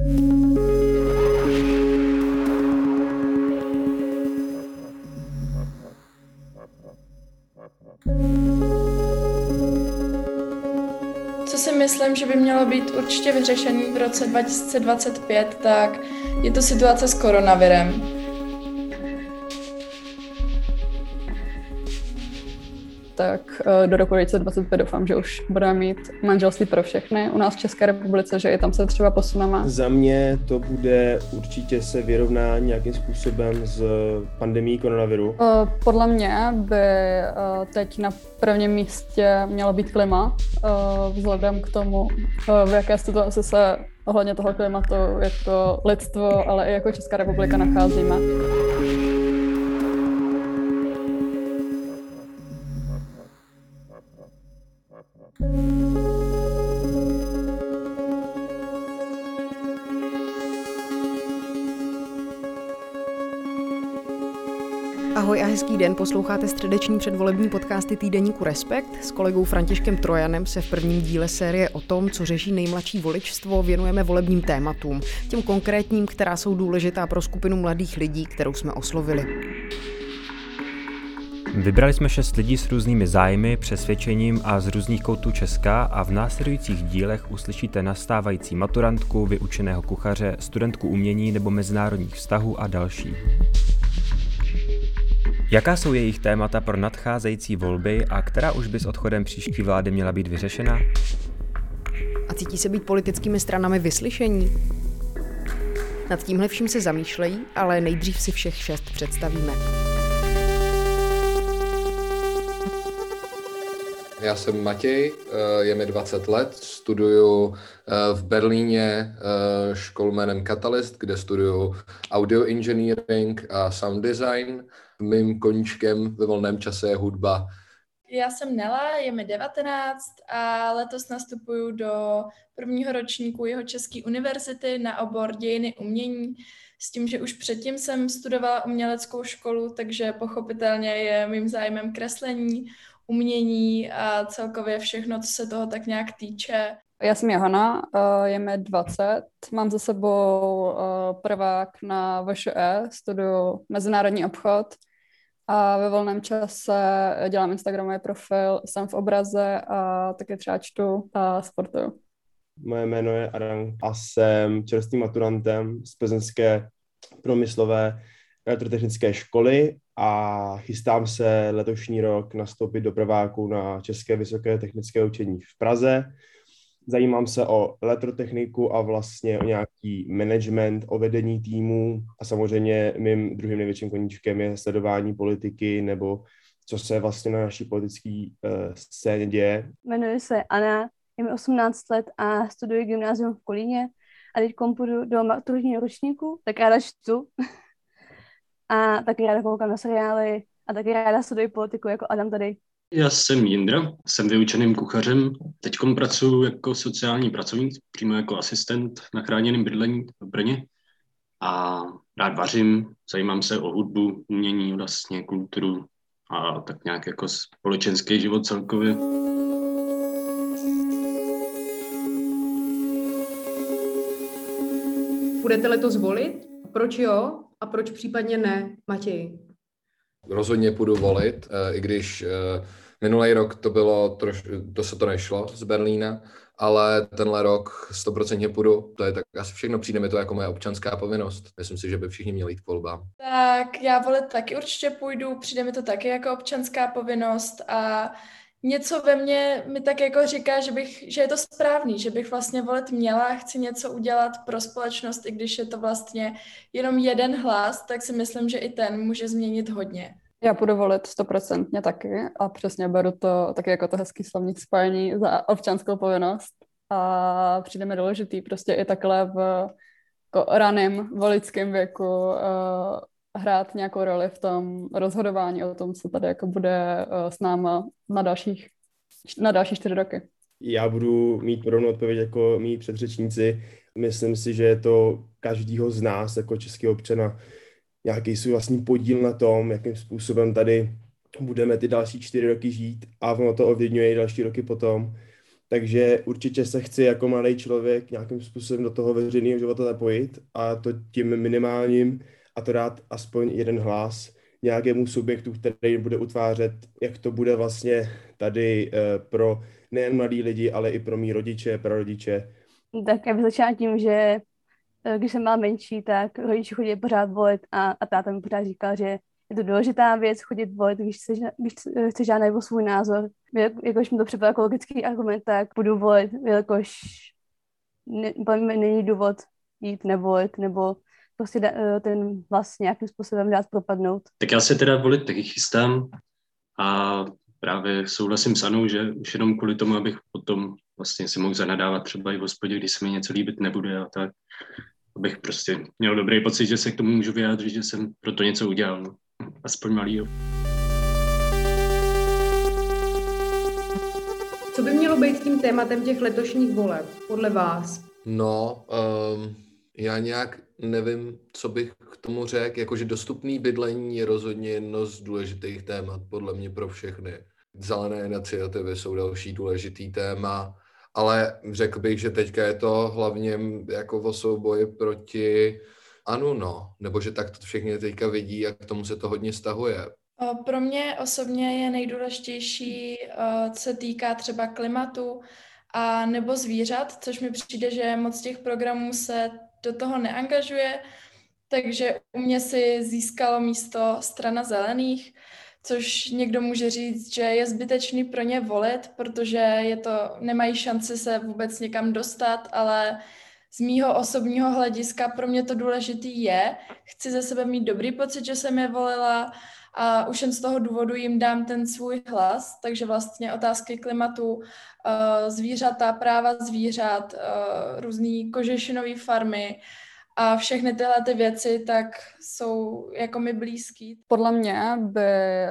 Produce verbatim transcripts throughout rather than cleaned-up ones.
Co si myslím, že by mělo být určitě vyřešený v roce dva tisíce dvacet pět, tak je to situace s koronavirem. Tak do roku dva tisíce dvacet pět doufám, že už budeme mít manželství pro všechny u nás v České republice, že i tam se třeba posuneme. Za mě to bude určitě se vyrovná nějakým způsobem s pandemií koronaviru. Podle mě by teď na prvním místě mělo být klima, vzhledem k tomu, v jaké situaci se ohledně toho klimatu jako lidstvo, ale i jako Česká republika nacházíme. Ahoj a hezký den, posloucháte středeční předvolební podcasty týdeníku Respekt. S kolegou Františkem Trojanem se v prvním díle série o tom, co řeší nejmladší voličstvo, věnujeme volebním tématům, těm konkrétním, která jsou důležitá pro skupinu mladých lidí, kterou jsme oslovili. Vybrali jsme šest lidí s různými zájmy, přesvědčením a z různých koutů Česka a v následujících dílech uslyšíte nastávající maturantku, vyučeného kuchaře, studentku umění nebo mezinárodních vztahů a další. Jaká jsou jejich témata pro nadcházející volby a která už by s odchodem příští vlády měla být vyřešena? A cítí se být politickými stranami vyslyšení? Nad tímhle vším se zamýšlejí, ale nejdřív si všech šest představíme. Já jsem Matěj, je mi dvacet let, studuju v Berlíně školu jménem Catalyst, kde studuju audio engineering a sound design. Mým koníčkem ve volném čase je hudba. Já jsem Nela, je mi devatenáct a letos nastupuju do prvního ročníku Jihočeské univerzity na obor dějiny umění, s tím, že už předtím jsem studovala uměleckou školu, takže pochopitelně je mým zájmem kreslení, umění a celkově všechno, co se toho tak nějak týče. Já jsem Johana, je mi dvacet, mám za sebou prvák na V Š E, studuju mezinárodní obchod a ve volném čase dělám Instagramový profil, jsem v obraze a taky třeba čtu a sportuju. Moje jméno je Adam a jsem čerstvým maturantem z plzeňské průmyslové elektrotechnické školy a chystám se letošní rok nastoupit do prváku na České vysoké technické učení v Praze. Zajímám se o elektrotechniku a vlastně o nějaký management, o vedení týmu a samozřejmě mým druhým největším koníčkem je sledování politiky nebo co se vlastně na naší politické uh, scéně děje. Jmenuji se Anna, je mi osmnáct let a studuji gymnázium v Kolíně a teď půjdu do maturitního ročníku, tak ráda čtu a taky ráda koukám na seriály a taky ráda studuji politiku jako Adam tady. Já jsem Jindra, jsem vyučeným kuchařem. Teďkom pracuji jako sociální pracovník, přímo jako asistent na chráněném bydlení v Brně. A rád vařím, zajímám se o hudbu, umění, vlastně kulturu a tak nějak jako společenský život celkově. Budete letos volit? Proč jo a proč případně ne, Matěj? Rozhodně půjdu volit, i když minulý rok to bylo, troš, to se to nešlo z Berlína, ale tenhle rok stoprocentně půjdu. To je tak asi všechno, přijde mi to jako moje občanská povinnost. Myslím si, že by všichni měli jít k volbám. Tak já volit taky určitě půjdu, přijde mi to taky jako občanská povinnost a něco ve mně mi tak jako říká, že, bych, že je to správný, že bych vlastně volit měla, chci něco udělat pro společnost, i když je to vlastně jenom jeden hlas, tak si myslím, že i ten může změnit hodně. Já půjdu volit stoprocentně taky a přesně beru to taky jako to hezký slovník spojení za občanskou povinnost a přijde mi důležitý prostě i takhle v jako raném voličském věku uh, hrát nějakou roli v tom rozhodování o tom, co tady jako bude uh, s náma na dalších, na další čtyři roky. Já budu mít podobnou odpověď jako mý předřečníci. Myslím si, že je to každýho z nás jako českého občana nějaký svůj vlastní podíl na tom, jakým způsobem tady budeme ty další čtyři roky žít a ono to ovlivňuje i další roky potom. takže určitě se chci jako mladý člověk nějakým způsobem do toho veřejného života zapojit a to tím minimálním a to dát aspoň jeden hlas nějakému subjektu, který bude utvářet, jak to bude vlastně tady pro nejen mladý lidi, ale i pro mý rodiče, prarodiče. Tak já bych začala tím, že když jsem byla menší, tak rodiče chodili pořád volit a, a táta mi pořád říkal, že je to důležitá věc chodit volit, když chceš, když chceš žádat nebo svůj názor. Jakož mi to připadá jako logický argument, tak budu volit, jakož ne, není důvod jít nevolit, nebo prostě da, ten hlas nějakým způsobem dát propadnout. Tak já se teda volit taky chystám a právě souhlasím s Anou, že už jenom kvůli tomu, abych potom vlastně si mohl zanadávat třeba i v hospodě, když se mi něco líbit nebude a tak, abych prostě měl dobrý pocit, že se k tomu můžu vyjádřit, že jsem pro to něco udělal. No. Aspoň malýho. Co by mělo být tím tématem těch letošních voleb, podle vás? No, um, já nějak nevím, co bych k tomu řekl. Jakože dostupný bydlení je rozhodně jedno z důležitých témat, podle mě pro všechny. Zelené iniciativy jsou další důležitý téma, ale řekl bych, že teďka je to hlavně jako o souboji proti ANO, no. Nebo že tak to všichni teďka vidí a k tomu se to hodně stahuje. Pro mě osobně je nejdůležitější, co se týká třeba klimatu a nebo zvířat, což mi přijde, že moc těch programů se do toho neangažuje, takže u mě si získalo místo Strana zelených, což někdo může říct, že je zbytečný pro ně volit, protože je to, nemají šanci se vůbec někam dostat, ale z mýho osobního hlediska pro mě to důležitý je. Chci ze sebe mít dobrý pocit, že jsem je volila a už jen z toho důvodu jim dám ten svůj hlas, takže vlastně otázky klimatu, zvířata, práva zvířat, různý kožešinové farmy a všechny tyhle ty věci tak jsou jako mi blízký. Podle mě by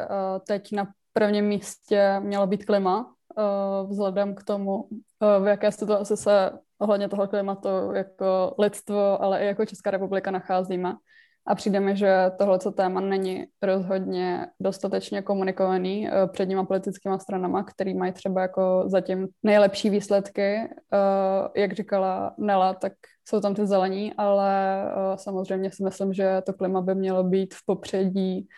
teď na prvním místě mělo být klima, vzhledem k tomu, v jaké situaci se ohledně toho klimatu jako lidstvo, ale i jako Česká republika nacházíme. A přijde mi, že tohleto téma není rozhodně dostatečně komunikovaný před těma politickýma stranama, který mají třeba jako zatím nejlepší výsledky. Jak říkala Nela, tak jsou tam ty zelení, ale samozřejmě si myslím, že to klima by mělo být v popředí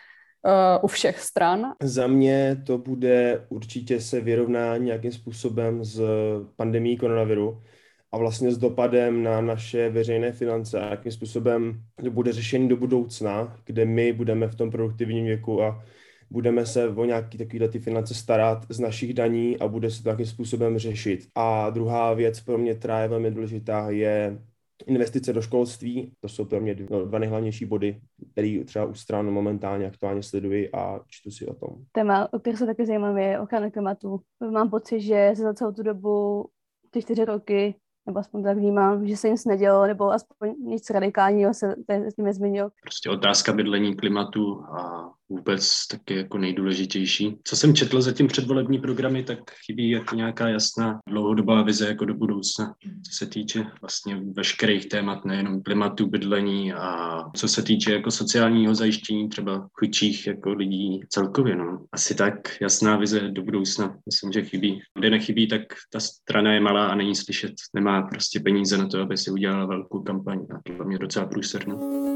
u všech stran. Za mě to bude určitě se vyrovnání nějakým způsobem s pandemií koronaviru a vlastně s dopadem na naše veřejné finance a jakým způsobem to bude řešení do budoucna, kde my budeme v tom produktivním věku a budeme se o nějaké takovéhle ty finance starat z našich daní a bude se to nějakým způsobem řešit. A druhá věc pro mě, která je velmi důležitá, je investice do školství. To jsou pro mě dva nejhlavnější body, které třeba u stran momentálně aktuálně sleduji a čtu si o tom. Téma, o které se taky zajímám, je ochrana klimatu. Mám pocit, že se za celou tu dobu, ty čtyři roky, nebo aspoň tak vnímám, že se nic nedělo, nebo aspoň nic radikálního se s tím nezměnilo. Prostě otázka bydlení, klimatu a vůbec taky jako nejdůležitější. Co jsem četl zatím předvolební programy, tak chybí jako nějaká jasná dlouhodobá vize jako do budoucna, co se týče vlastně veškerých témat, nejenom klimatu, bydlení a co se týče jako sociálního zajištění třeba chudších jako lidí celkově. No. Asi tak jasná vize do budoucna, myslím, že chybí. Kde nechybí, tak ta strana je malá a není slyšet. Nemá prostě peníze na to, aby si udělala velkou kampaň a to mě docela průserné.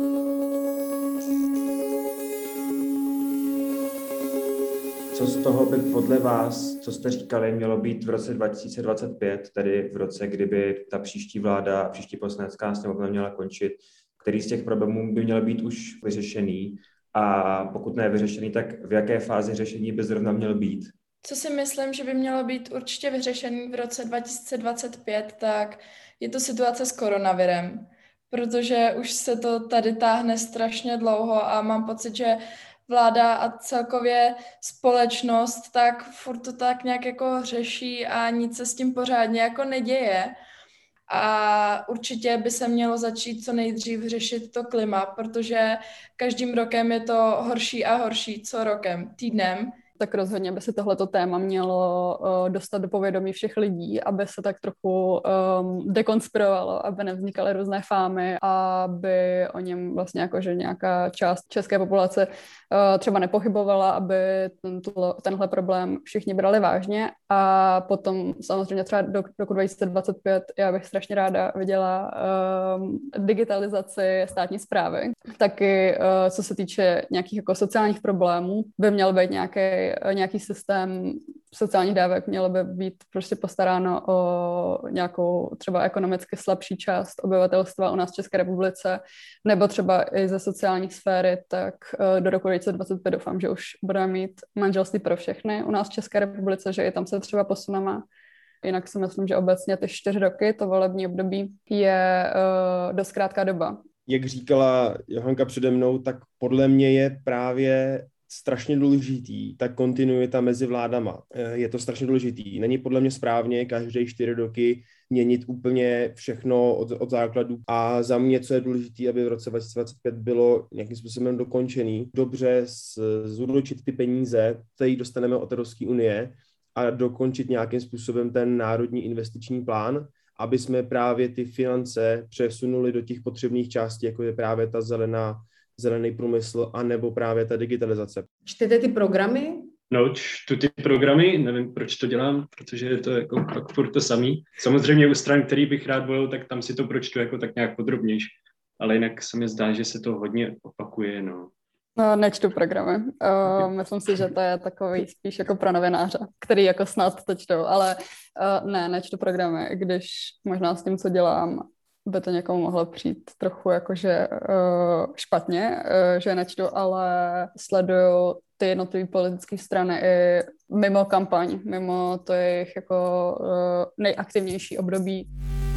Co z toho by podle vás, co jste říkali, mělo být v roce dva tisíce dvacet pět, tedy v roce, kdyby ta příští vláda, příští poslanecká sněmovna měla končit, který z těch problémů by měl být už vyřešený a pokud ne vyřešený, tak v jaké fázi řešení by zrovna měl být? Co si myslím, že by mělo být určitě vyřešený v roce dva tisíce dvacet pět, tak je to situace s koronavirem, protože už se to tady táhne strašně dlouho a mám pocit, že vláda a celkově společnost tak furt to tak nějak jako řeší a nic se s tím pořádně jako neděje. A určitě by se mělo začít co nejdřív řešit to klima, protože každým rokem je to horší a horší, co rokem, týdnem. tak rozhodně by se tohleto téma mělo uh, dostat do povědomí všech lidí, aby se tak trochu um, dekonspirovalo, aby nevznikaly různé fámy, aby o něm vlastně jakože nějaká část české populace uh, třeba nepochybovala, aby tento, tenhle problém všichni brali vážně. A potom samozřejmě třeba do roku dva tisíce dvacet pět já bych strašně ráda viděla um, digitalizaci státní správy. Taky uh, co se týče nějakých jako sociálních problémů, by měl být nějaký, nějaký systém sociálních dávek, mělo by být prostě postaráno o nějakou třeba ekonomicky slabší část obyvatelstva u nás v České republice, nebo třeba i ze sociální sféry, tak do roku dva tisíce dvacet pět doufám, že už budeme mít manželství pro všechny u nás v České republice, že i tam se třeba posuneme. Jinak si myslím, že obecně ty čtyři roky, to volební období, je uh, dost krátká doba. Jak říkala Johanka přede mnou, tak podle mě je právě strašně důležitý ta kontinuita mezi vládama. Je to strašně důležitý. Není podle mě správně každé čtyři roky měnit úplně všechno od, od základů. A za mě, co je důležité, aby v roce dva tisíce dvacet pět bylo nějakým způsobem dokončený, dobře zúročit ty peníze, které dostaneme od Evropské unie a dokončit nějakým způsobem ten národní investiční plán, aby jsme právě ty finance přesunuli do těch potřebných částí, jako je právě ta zelená, zelený průmysl, anebo právě ta digitalizace. Čtete ty programy? No, čtu ty programy, nevím, proč to dělám, protože je to jako pak furt to samý. Samozřejmě u stran, který bych rád volil, tak tam si to pročtu jako tak nějak podrobnějš, ale jinak se mi zdá, že se to hodně opakuje, no. No, nečtu programy. Uh, myslím si, že to je takový spíš jako pro novináře, který jako snad to čtou, ale uh, ne, nečtu programy, když možná s tím, co dělám, by to někomu mohlo přijít trochu jakože uh, špatně, uh, že nečtu, ale sleduju ty jednotlivé politické strany i mimo kampaň, mimo to jejich jako uh, nejaktivnější období.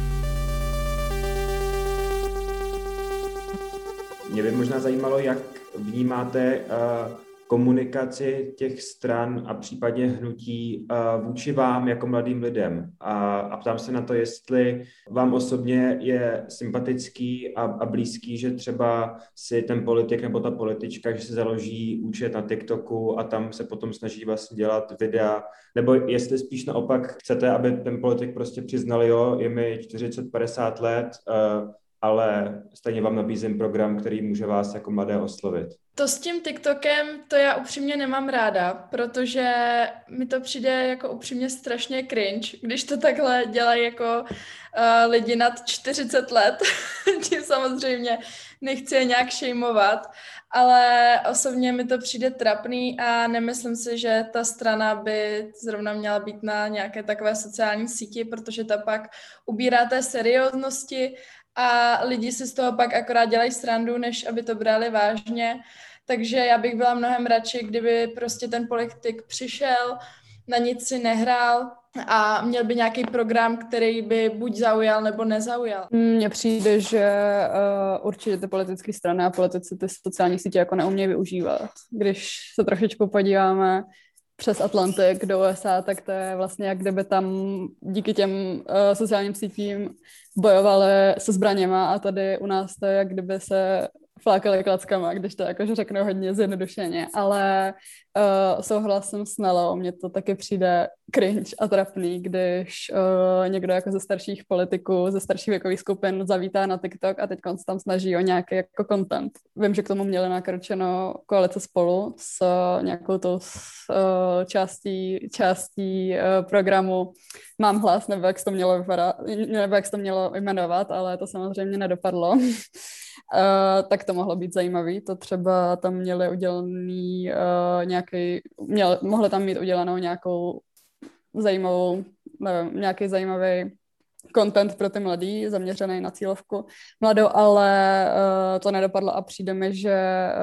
Mě by možná zajímalo, jak vnímáte uh, komunikaci těch stran a případně hnutí uh, vůči vám jako mladým lidem. A, a ptám se na to, jestli vám osobně je sympatický a, a blízký, že třeba si ten politik nebo ta politička, že si založí účet na TikToku a tam se potom snaží vlastně dělat videa, nebo jestli spíš naopak chcete, aby ten politik prostě přiznal, jo, je mi čtyřicet padesát let, uh, ale stejně vám nabízím program, který může vás jako mladé oslovit. To s tím TikTokem, to já upřímně nemám ráda, protože mi to přijde jako upřímně strašně cringe, když to takhle dělají jako uh, lidi nad čtyřicet let. Tím samozřejmě nechci je nějak šejmovat, ale osobně mi to přijde trapný a nemyslím si, že ta strana by zrovna měla být na nějaké takové sociální síti, protože ta pak ubírá té serióznosti a lidi si z toho pak akorát dělají srandu, než aby to brali vážně. Takže já bych byla mnohem radši, kdyby prostě ten politik přišel, na nic si nehrál a měl by nějaký program, který by buď zaujal, nebo nezaujal. Mně přijde, že uh, určitě ty politické strany a politici ty sociální sítě jako neumějí využívat. Když se trošičku podíváme přes Atlantik do U S A, tak to je vlastně jak kdyby tam díky těm uh, sociálním sítím bojovali se zbraněma a tady u nás to je jak kdyby se flákali klackama, když to jakože řeknu hodně zjednodušeně, ale uh, souhlasím s Nelou, mně to taky přijde cringe a trapný, když uh, někdo jako ze starších politiků, ze starších věkových skupin zavítá na TikTok a teď se tam snaží o nějaký jako content. Vím, že k tomu měli nakročeno koalice Spolu s uh, nějakou tou uh, částí, částí uh, programu Mám hlas, nebo jak to mělo vypadat, nebo jak to mělo jmenovat, ale to samozřejmě nedopadlo. Uh, tak to mohlo být zajímavý. To třeba tam měli udělaný uh, nějaký, měl, mohli tam mít udělanou nějakou zajímavou, nevím, nějaký zajímavý content pro ty mladý, zaměřený na cílovku mladou, ale uh, to nedopadlo a přijde mi, že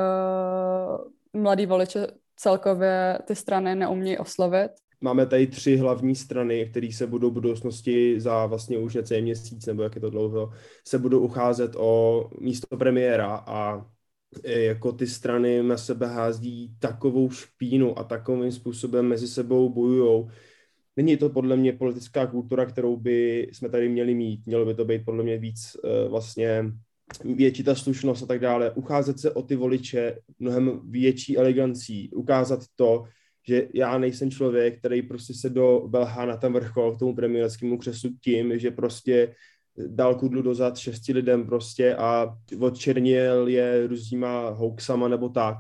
uh, mladý voliče celkově ty strany neumějí oslovit. Máme tady tři hlavní strany, které se budou v budoucnosti za vlastně už necelý měsíc, nebo jak je to dlouho, se budou ucházet o místo premiéra a jako ty strany na sebe hází takovou špínu a takovým způsobem mezi sebou bojujou. Není to podle mě politická kultura, kterou by jsme tady měli mít. Mělo by to být podle mě víc vlastně větší ta slušnost a tak dále. Ucházet se o ty voliče mnohem větší elegancí, ukázat to, že já nejsem člověk, který prostě se dobelhá na ten vrchol k tomu premiérskému křeslu tím, že prostě dal kudlu dozad šesti lidem prostě a odčernil je různýma hoaxama nebo tak.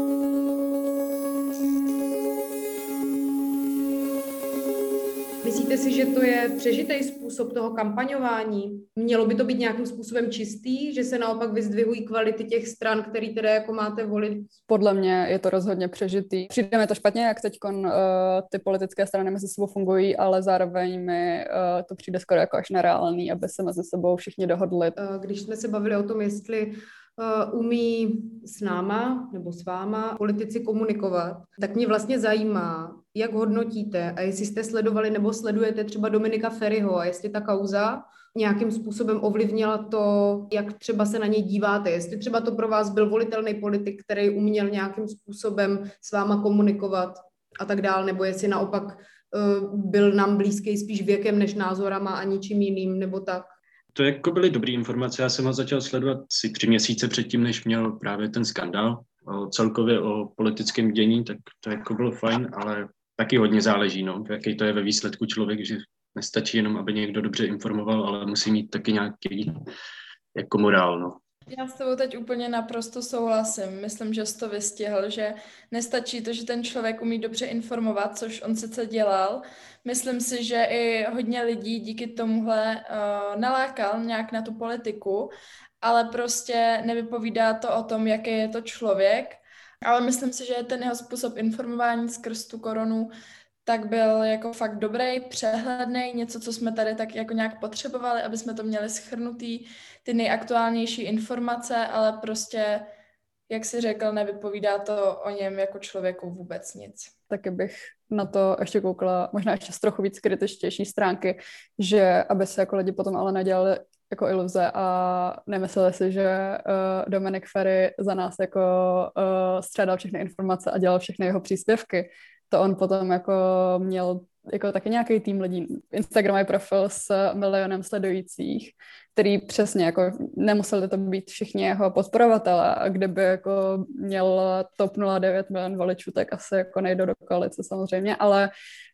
Myslíte si, že to je přežitý způsob toho kampaňování? Mělo by to být nějakým způsobem čistý, že se naopak vyzdvihují kvality těch stran, který teda jako máte volit? Podle mě je to rozhodně přežitý. Přijde mi to špatně, jak teď uh, ty politické strany mezi sebou fungují, ale zároveň mi uh, to přijde skoro jako až nereálný, aby se mezi sebou všichni dohodli. Když jsme se bavili o tom, jestli Uh, umí s náma nebo s váma politici komunikovat, tak mě vlastně zajímá, jak hodnotíte a jestli jste sledovali nebo sledujete třeba Dominika Feriho a jestli ta kauza nějakým způsobem ovlivnila to, jak třeba se na něj díváte, jestli třeba to pro vás byl volitelný politik, který uměl nějakým způsobem s váma komunikovat a tak dál, nebo jestli naopak uh, byl nám blízký spíš věkem než názorama a ničím jiným, nebo tak. To jako byly dobré informace, já jsem ho začal sledovat si tři měsíce předtím, než měl právě ten skandál o celkově o politickém dění, tak to jako bylo fajn, ale taky hodně záleží, no, jaký to je ve výsledku člověk, že nestačí jenom, aby někdo dobře informoval, ale musí mít taky nějaký jako morál, no. Já s tebou teď úplně naprosto souhlasím. Myslím, že jsi to vystihl, že nestačí to, že ten člověk umí dobře informovat, což on sice dělal. Myslím si, že i hodně lidí díky tomuhle uh, nalákal nějak na tu politiku, ale prostě nevypovídá to o tom, jaký je to člověk. Ale myslím si, že ten jeho způsob informování skrz tu koronu tak byl jako fakt dobrý, přehledný, něco, co jsme tady tak jako nějak potřebovali, aby jsme to měli shrnutý, ty nejaktuálnější informace, ale prostě, jak jsi řekl, nevypovídá to o něm jako člověku vůbec nic. Taky bych na to ještě koukala, možná ještě z trochu víc kritičtější stránky, že aby se jako lidi potom ale nedělali jako iluze a nemysleli si, že uh, Dominik Feri za nás jako uh, střádal všechny informace a dělal všechny jeho příspěvky. To on potom jako měl jako taky nějaký tým lidí, Instagramový profil s milionem sledujících, který přesně jako nemuseli to být všichni jeho podporovatelé a kdyby jako měl top nula devět milion voličů, tak asi jako nejdou do koalice samozřejmě, ale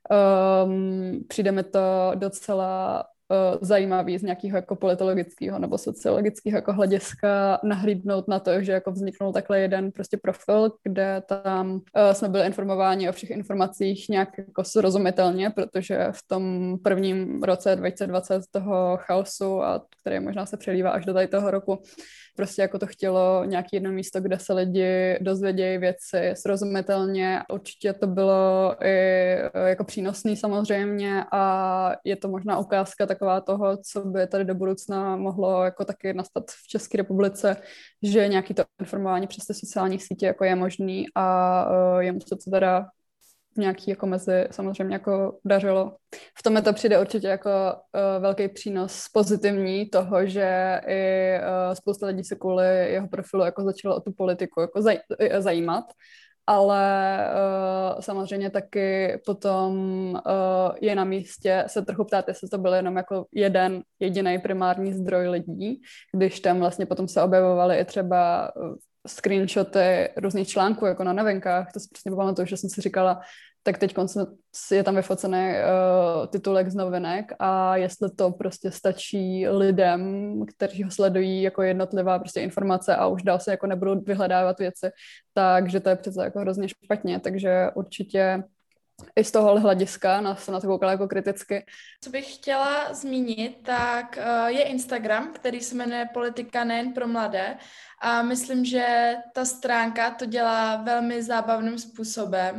um, přijde mi to docela uh, zajímavý z nějakého jako politologického nebo sociologického jako hlediska nahlídnout na to, že jako vzniknul takhle jeden prostě profil, kde tam uh, jsme byli informováni o všech informacích nějak jako srozumitelně, protože v tom prvním roce dva tisíce dvacet toho chaosu, a který možná se přelívá až do tady toho roku, prostě jako to chtělo nějaké jedno místo, kde se lidi dozvědějí věci srozumitelně. Určitě to bylo i jako přínosný samozřejmě a je to možná ukázka taková toho, co by tady do budoucna mohlo jako taky nastat v České republice, že nějaký to informování přes ty sociální sítě jako je možný a jemu se to teda nějaký jako mezi samozřejmě jako dařilo. V tom mi to přijde určitě jako uh, velký přínos pozitivní toho, že i uh, spousta lidí se kvůli jeho profilu jako začalo o tu politiku jako zaj- zajímat, ale uh, samozřejmě taky potom uh, je na místě se trochu ptát, jestli to byl jenom jako jeden jediný primární zdroj lidí, když tam vlastně potom se objevovaly i třeba screenshoty různých článků jako na novinkách, to si prostě pamatuju, že jsem si říkala, tak teď je tam vyfocený uh, titulek z novinek a jestli to prostě stačí lidem, kteří ho sledují jako jednotlivá prostě informace a už dál se jako nebudou vyhledávat věci, takže to je přece jako hrozně špatně, takže určitě i z toho hlediska na, jsem na to koukala jako kriticky. Co bych chtěla zmínit, tak uh, je Instagram, který se jmenuje Politika nejen pro mladé a myslím, že ta stránka to dělá velmi zábavným způsobem,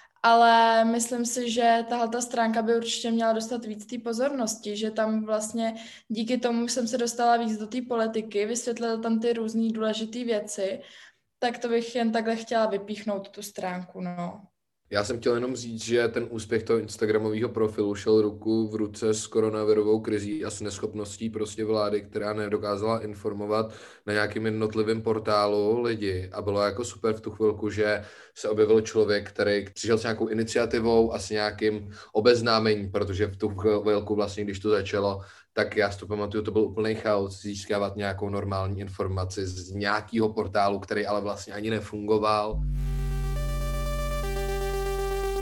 ale myslím si, že tahle stránka by určitě měla dostat víc té pozornosti, že tam vlastně díky tomu jsem se dostala víc do té politiky, vysvětlila tam ty různý důležité věci, tak to bych jen takhle chtěla vypíchnout tu stránku, no. Já jsem chtěl jenom říct, že ten úspěch toho instagramového profilu šel ruku v ruce s koronavirovou krizí a s neschopností prostě vlády, která nedokázala informovat na nějakým jednotlivém portálu lidi. A bylo jako super v tu chvilku, že se objevil člověk, který přišel s nějakou iniciativou a s nějakým obeznámením, protože v tu chvilku vlastně, když to začalo, tak já si to pamatuju, to byl úplný chaos získávat nějakou normální informaci z nějakého portálu, který ale vlastně ani nefungoval.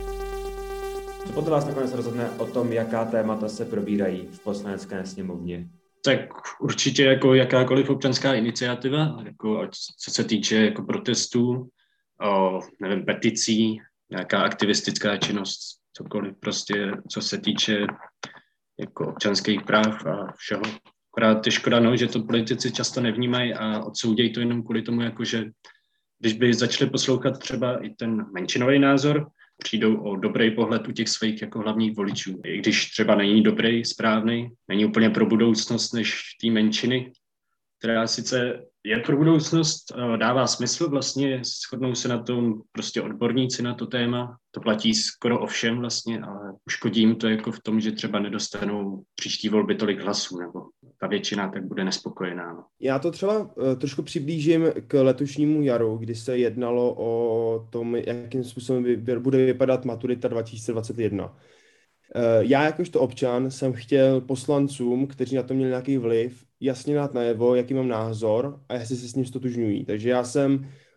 podle vás nakonec rozhodne o tom, jaká témata se probírají v Poslanecké sněmovně? Tak určitě jako jakákoliv občanská iniciativa, jako co se týče jako protestů, o, nevím, peticí, nějaká aktivistická činnost, cokoliv prostě, co se týče jako občanských práv a všeho. Akorát je škoda, no, že to politici často nevnímají a odsoudějí to jenom kvůli tomu, jako že když by začali poslouchat třeba i ten menšinový názor, přijdou o dobrý pohled u těch svých jako hlavních voličů. I když třeba není dobrý, správný, není úplně pro budoucnost než té menšiny, která sice je pro budoucnost, dává smysl vlastně, shodnou se na tom prostě odborníci na to téma, to platí skoro o všem vlastně, ale uškodí jim to jako v tom, že třeba nedostanou příští volby tolik hlasů, nebo ta většina tak bude nespokojená. No. Já to třeba uh, trošku přiblížím k letošnímu jaru, kdy se jednalo o tom, jakým způsobem vy, bude vypadat maturita dva tisíce dvacet jedna. Já jakožto občan jsem chtěl poslancům, kteří na to měli nějaký vliv, jasně dát najevo, jaký mám názor a jestli se s ním stotožňují. Takže já jsem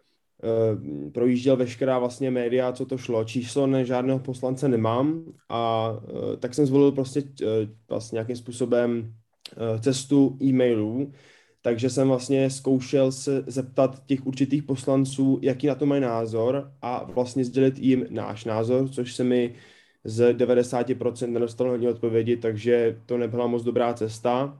uh, projížděl veškerá vlastně média, co to šlo. Číslo na žádného poslance nemám a uh, tak jsem zvolil prostě uh, vlastně nějakým způsobem uh, cestu e-mailů. Takže jsem vlastně zkoušel se zeptat těch určitých poslanců, jaký na to mají názor a vlastně sdělit jim náš názor, což se mi z devadesát procent nedostalo hodně odpovědi, takže to nebyla moc dobrá cesta,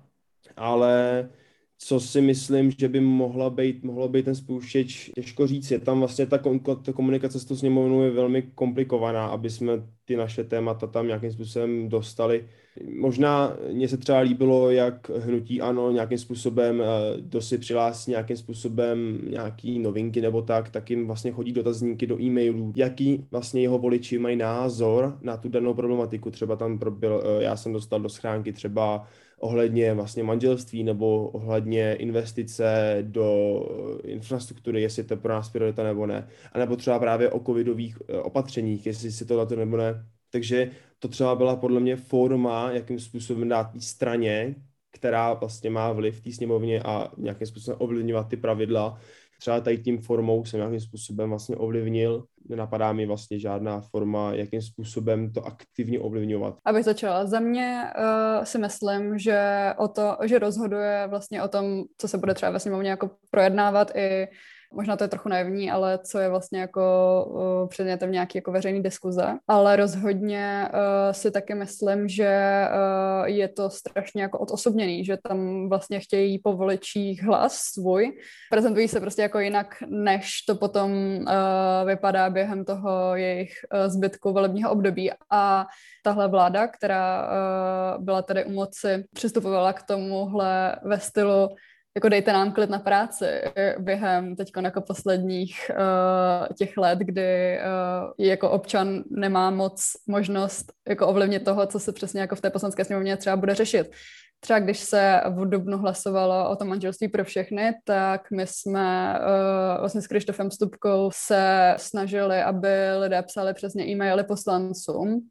ale co si myslím, že by mohla být, mohlo být ten spouštěč, těžko říct, je tam vlastně ta, ta komunikace s tou sněmovnou je velmi komplikovaná, aby jsme ty naše témata tam nějakým způsobem dostali. Možná mně se třeba líbilo, jak hnutí ANO nějakým způsobem, kdo si přihlásí nějakým způsobem nějaký novinky nebo tak, tak jim vlastně chodí dotazníky do e-mailů, jaký vlastně jeho voliči mají názor na tu danou problematiku. Třeba tam byl, já jsem dostal do schránky třeba ohledně vlastně manželství nebo ohledně investice do infrastruktury, jestli to je pro nás priorita nebo ne. A nebo třeba právě o covidových opatřeních, jestli si to na to nebo ne. Takže to třeba byla podle mě forma, jakým způsobem dát té straně, která vlastně má vliv v té sněmovně a nějakým způsobem ovlivňovat ty pravidla. Třeba tady tím formou jsem nějakým způsobem vlastně ovlivnil. Nenapadá mi vlastně žádná forma, jakým způsobem to aktivně ovlivňovat. Abych začala. Za mě uh, si myslím, že o to, že rozhoduje vlastně o tom, co se bude třeba ve sněmovně jako projednávat i možná to je trochu naivní, ale co je vlastně jako uh, předmětem nějaký jako veřejný diskuze. Ale rozhodně uh, si taky myslím, že uh, je to strašně jako odosobněný, že tam vlastně chtějí po voličích hlas svůj. Prezentují se prostě jako jinak, než to potom uh, vypadá během toho jejich uh, zbytku volebního období. A tahle vláda, která uh, byla tady u moci, přistupovala k tomuhle ve stylu jako dejte nám klid na práci během teďko jako posledních uh, těch let, kdy uh, jako občan nemá moc možnost jako ovlivnit toho, co se přesně jako v té poslanecké sněmovně třeba bude řešit. Třeba když se v dubnu hlasovalo o tom manželství pro všechny, tak my jsme uh, vlastně s Krištofem Stupkou se snažili, aby lidé psali přesně e-maily poslancům.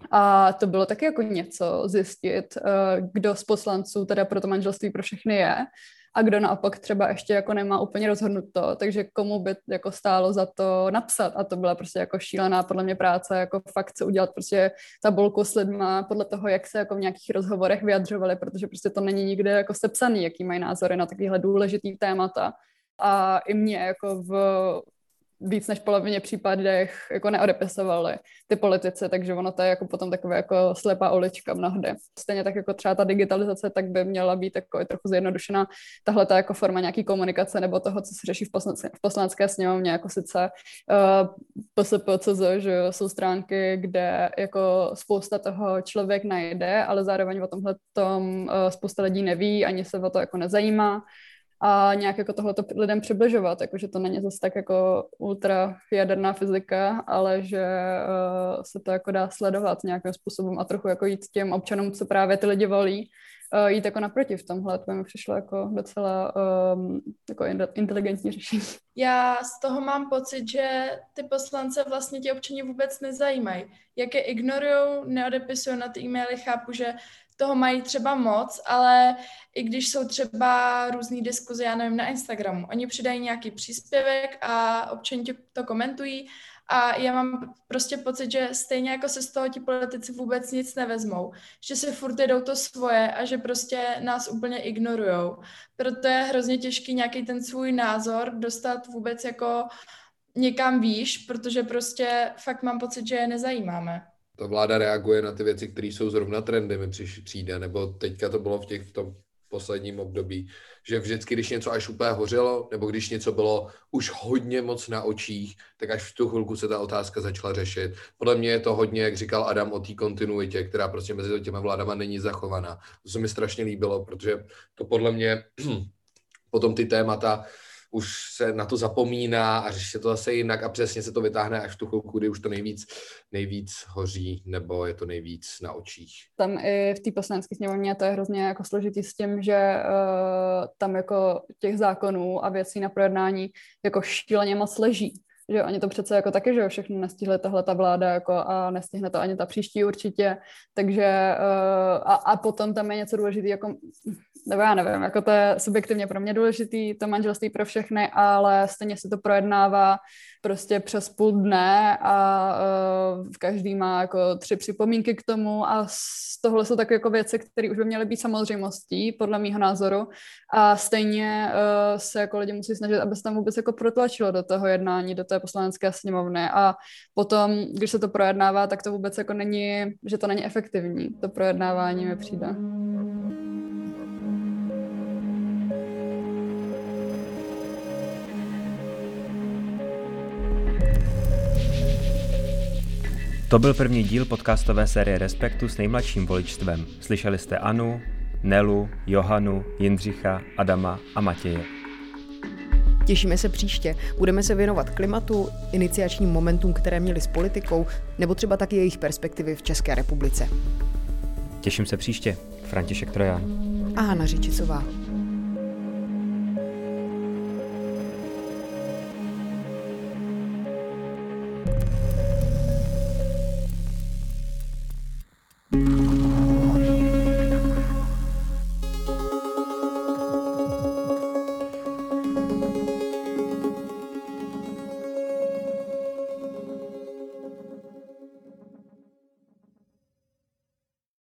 A to bylo taky jako něco zjistit, uh, kdo z poslanců teda pro to manželství pro všechny je a kdo naopak třeba ještě jako nemá úplně rozhodnuto, takže komu by jako stálo za to napsat a to byla prostě jako šílená podle mě práce, jako fakt se udělat prostě tabulku s lidma podle toho, jak se jako v nějakých rozhovorech vyjadřovali, protože prostě to není nikde jako sepsaný, jaký mají názory na takovýhle důležitý témata a i mě jako v víc než polovině případech jako neodepisovali ty politici, takže ono to je jako potom takové jako slepá ulička mnohdy. Stejně tak jako třeba ta digitalizace, tak by měla být jako trochu zjednodušená tahle ta jako forma nějaký komunikace nebo toho, co se řeší v, poslanecké, v poslanecké sněmovně, jako sice uh, P S P C Z, že jsou stránky, kde jako spousta toho člověk najde, ale zároveň o tomhle tom uh, spousta lidí neví, ani se o to jako nezajímá. A nějak jako tohleto lidem přibližovat, jakože to není zase tak jako ultra jaderná fyzika, ale že uh, se to jako dá sledovat nějakým způsobem a trochu jako jít těm občanům, co právě ty lidi volí, uh, jít jako naproti v tomhle. To mi přišlo jako docela um, jako inteligentní řešení. Já z toho mám pocit, že ty poslance vlastně ti občani vůbec nezajímají. Jak je ignorujou, neodepisují na ty e-maily, chápu, že toho mají třeba moc, ale i když jsou třeba různý diskuze, já nevím, na Instagramu, oni přidají nějaký příspěvek a občani to komentují A já mám prostě pocit, že stejně jako se z toho ti politici vůbec nic nevezmou, že si furt jedou to svoje a že prostě nás úplně ignorujou. Proto je hrozně těžký nějaký ten svůj názor dostat vůbec jako někam výš, protože prostě fakt mám pocit, že je nezajímáme. Ta vláda reaguje na ty věci, které jsou zrovna trendy, mi přijde, nebo teďka to bylo v, těch, v tom posledním období, že vždycky, když něco až úplně hořelo, nebo když něco bylo už hodně moc na očích, tak až v tu chvilku se ta otázka začala řešit. Podle mě je to hodně, jak říkal Adam, o té kontinuitě, která prostě mezi těma vládama není zachovaná. To se mi strašně líbilo, protože to podle mě potom ty témata už se na to zapomíná a řeší se to zase jinak a přesně se to vytáhne až v tu chvilku, kdy už to nejvíc, nejvíc hoří nebo je to nejvíc na očích. Tam i v té poslanecké sněmovně to je hrozně jako složitý s tím, že uh, tam jako těch zákonů a věcí na projednání jako šíleně moc leží. Že oni to přece jako taky, že všechno nestihli tahle ta vláda jako a nestihne to ani ta příští určitě, takže uh, a, a potom tam je něco důležitý, jako, nebo já nevím, jako to je subjektivně pro mě důležitý, to manželství pro všechny, ale stejně se to projednává prostě přes půl dne a uh, každý má jako tři připomínky k tomu a z tohle jsou takové jako věci, které už by měly být samozřejmostí, podle mýho názoru a stejně uh, se jako lidi musí snažit, aby se tam vůbec jako protlačilo do toho jednání, do té poslanecké sněmovny a potom, když se to projednává, tak to vůbec jako není, že to není efektivní, to projednávání mi přijde. To byl první díl podcastové série Respektu s nejmladším voličstvem. Slyšeli jste Anu, Nelu, Johanu, Jindřicha, Adama a Matěje. Těšíme se příště. Budeme se věnovat klimatu, iniciačním momentům, které měly s politikou, nebo třeba taky jejich perspektivy v České republice. Těším se příště. František Trojan a Hana Řičicová.